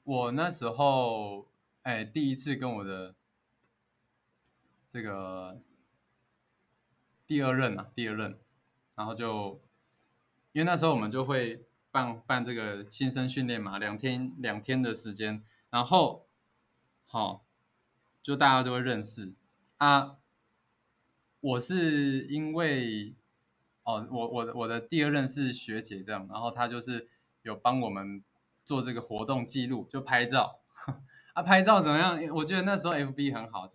我那时候第一次跟我的这个第二任，然后就因为那时候我们就会办这个新生训练嘛，两天的时间，然后好、就大家都会认识啊。我是因为我的第二任是学姐这样，然后她就是有帮我们做这个活动记录，就拍照啊，拍照怎么样？我觉得那时候 FB 很好，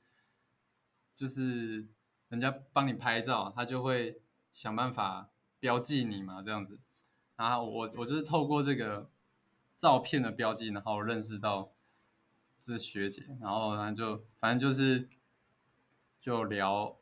就是人家帮你拍照，他就会想办法标记你嘛，这样子。然后我就是透过这个照片的标记，然后认识到这学姐，然后呢就反正就聊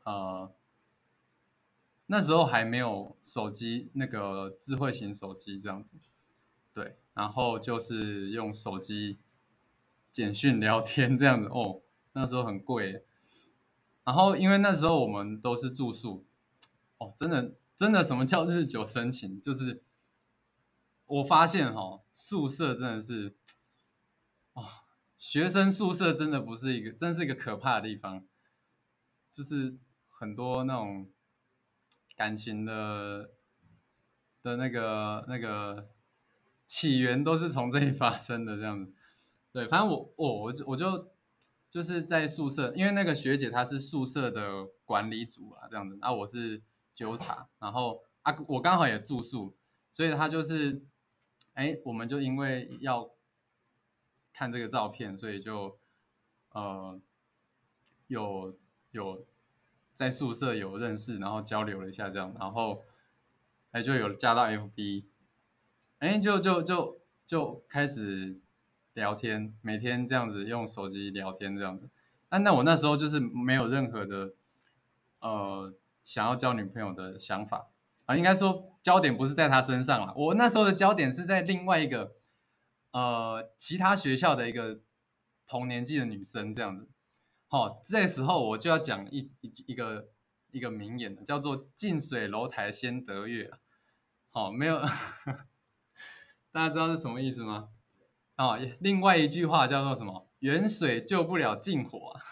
那时候还没有手机那个智慧型手机这样子，对，然后就是用手机简讯聊天这样子哦，那时候很贵。然后因为那时候我们都是住宿，哦，真的什么叫日久生情？就是我发现宿舍真的是哦，学生宿舍真的不是一个，真是一个可怕的地方，就是很多那种感情的那个起源都是从这里发生的这样子。对，反正我就是在宿舍，因为那个学姐她是宿舍的管理组啊，这样子，啊我是纠察，然后啊我刚好也住宿，所以她就是我们就因为要看这个照片，所以就呃有有在宿舍有认识，然后交流了一下这样，然后就有加到 FB，就开始聊天，每天这样子用手机聊天这样子。那我那时候就是没有任何的想要交女朋友的想法啊，应该说焦点不是在他身上啦，我那时候的焦点是在另外一个其他学校的一个同年纪的女生这样子。好，这时候我就要讲一个名言了，叫做“近水楼台先得月”啊。好，没有，大家知道是什么意思吗？哦，另外一句话叫做什么？远水救不了近火啊。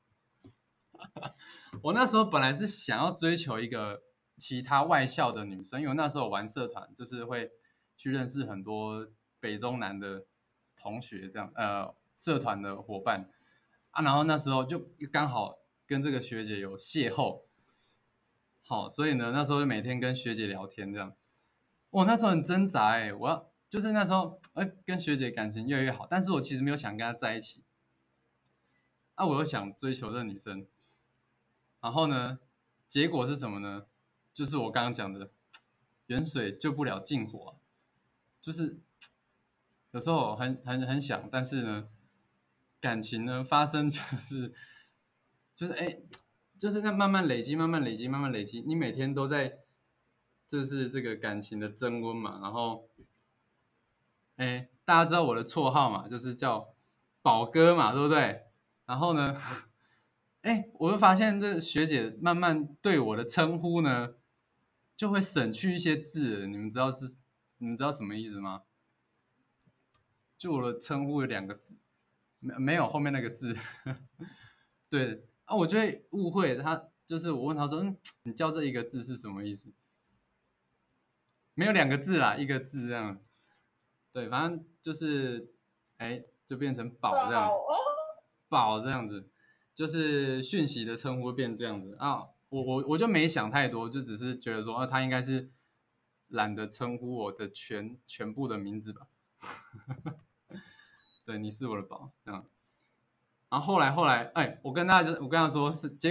我那时候本来是想要追求一个其他外校的女生，因为我那时候玩社团，就是会去认识很多北中南的同学，这样社团的伙伴啊。然后那时候就刚好跟这个学姐有邂逅，好，所以呢那时候就每天跟学姐聊天这样。我那时候很挣扎我要就是那时候跟学姐感情越来越好，但是我其实没有想跟她在一起啊，我又想追求这个女生，然后呢，结果是什么呢？就是我刚刚讲的，远水救不了近火啊，就是有时候很想，但是呢，感情呢发生就是就是那慢慢累积，慢慢累积，慢慢累积，你每天都在，就是这个感情的增温嘛。然后大家知道我的绰号嘛，就是叫宝哥嘛，对不对？然后呢，我就发现这学姐慢慢对我的称呼呢，就会省去一些字，你们知道什么意思吗？就我的称呼有2个字，没有后面那个字，对啊，我就会误会他，就是我问他说，你叫这一个字是什么意思？没有2个字啦，1个字这样，对，反正就是就变成宝这样， 好哦， 宝这样子，就是讯息的称呼变这样子啊。我就没想太多，就只是觉得说，他应该是懒得称呼我的全部的名字吧。对，你是我的宝，这样。然后后来，我跟他说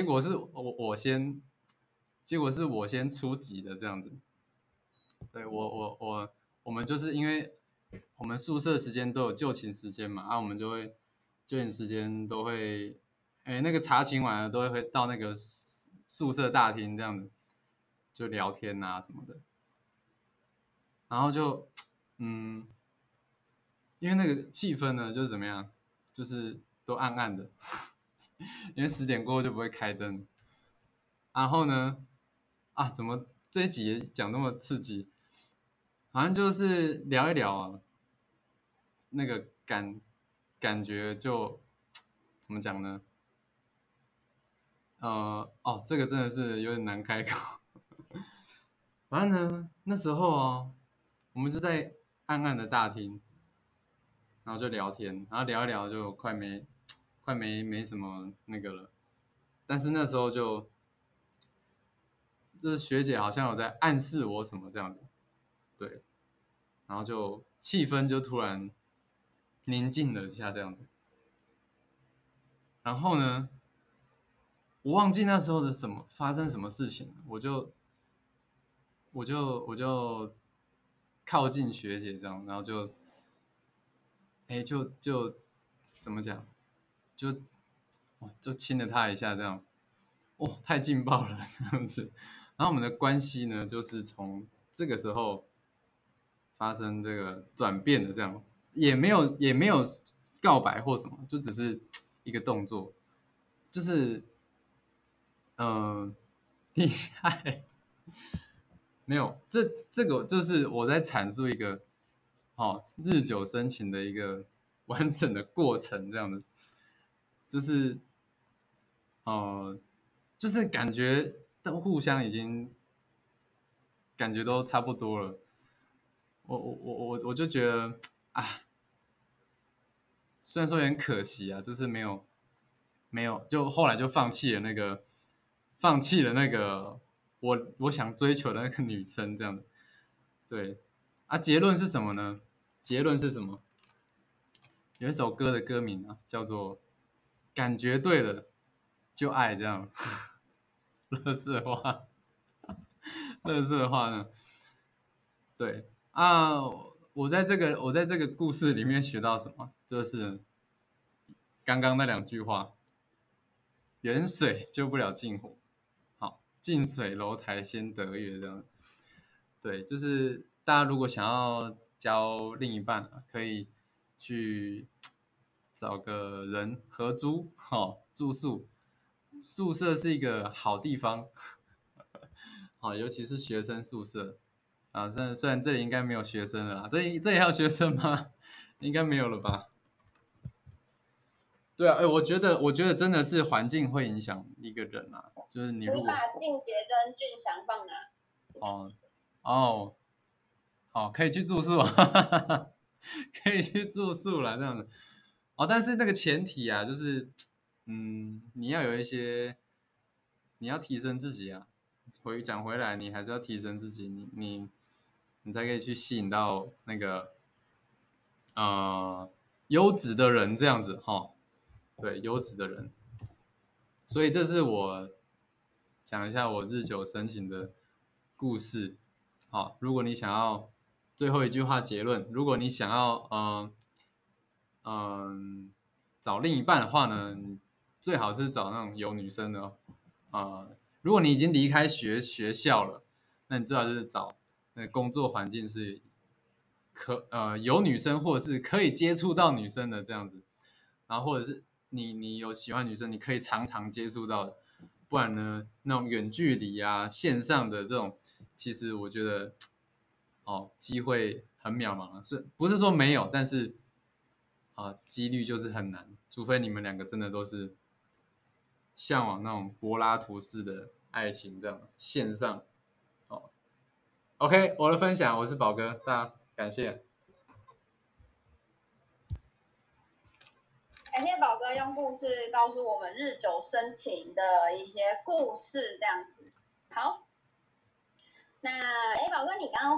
结果是我先出击的这样子。对我们就是因为我们宿舍时间都有就寝时间嘛，我们就会就寝时间都会，那个查寝完了都会到那个宿舍大厅这样子，就聊天啊什么的，然后就嗯，因为那个气氛呢就是怎么样，就是都暗暗的，因为10点过后就不会开灯，然后呢怎么这一集也讲那么刺激？好像就是聊一聊啊， 那个感觉就怎么讲呢？这个真的是有点难开口。反正呢，那时候我们就在暗暗的大厅，然后就聊天，然后聊一聊就快没什么那个了。但是那时候就是学姐好像有在暗示我什么这样子，对，然后就气氛就突然宁静了一下这样子。然后呢，我忘记那时候的发生什么事情了，我就靠近学姐这样，然后就怎么讲，就就亲了她一下这样，太劲爆了这样子。然后我们的关系呢，就是从这个时候发生这个转变的这样，也没有告白或什么，就只是一个动作，就是嗯、厉害。没有，这个就是我在阐述一个日久生情的一个完整的过程，这样的，就是呃，就是感觉都互相已经感觉都差不多了，我就觉得啊，虽然说有点可惜啊，就是没有，就后来就放弃了那个我想追求的那个女生这样的，对啊，结论是什么呢？结论是什么？有一首歌的歌名啊，叫做《感觉对了就爱》，这样。乐色话，乐色话呢？对啊，我在这个故事里面学到什么？就是刚刚那两句话：远水救不了近火，好，近水楼台先得月，这样。对，就是大家如果想要交另一半啊，可以去找个人合租，住宿，宿舍是一个好地方，好，尤其是学生宿舍啊。虽然这里应该没有学生了啦，这里还有学生吗？应该没有了吧？对啊，我觉得真的是环境会影响一个人啊，就是你如果你把静杰跟俊祥放哪？ 哦哦可以去住宿啊，可以去住宿了这样子。但是那个前提啊，就是你要有一些，你要提升自己啊。讲回来，你还是要提升自己，你才可以去吸引到那个优质的人这样子对，优质的人。所以这是我讲一下我日久生情的故事。好，如果你想要最后一句话结论，如果你想要找另一半的话呢，你最好是找那种有女生的如果你已经离开学校了，那你最好就是找那工作环境是有女生或者是可以接触到女生的这样子，然后或者是你有喜欢女生，你可以常常接触到的，不然呢，那种远距离啊、线上的这种，其实我觉得机会很渺茫啊，不是说没有，但是几率就是很难，除非你们两个真的都是向往那种柏拉图式的爱情这样线上哦。OK，我的分享，我是宝哥，大家感谢。 感谢宝哥用故事告诉我们日久生情的一些故事，这样子。好，那宝哥，你刚刚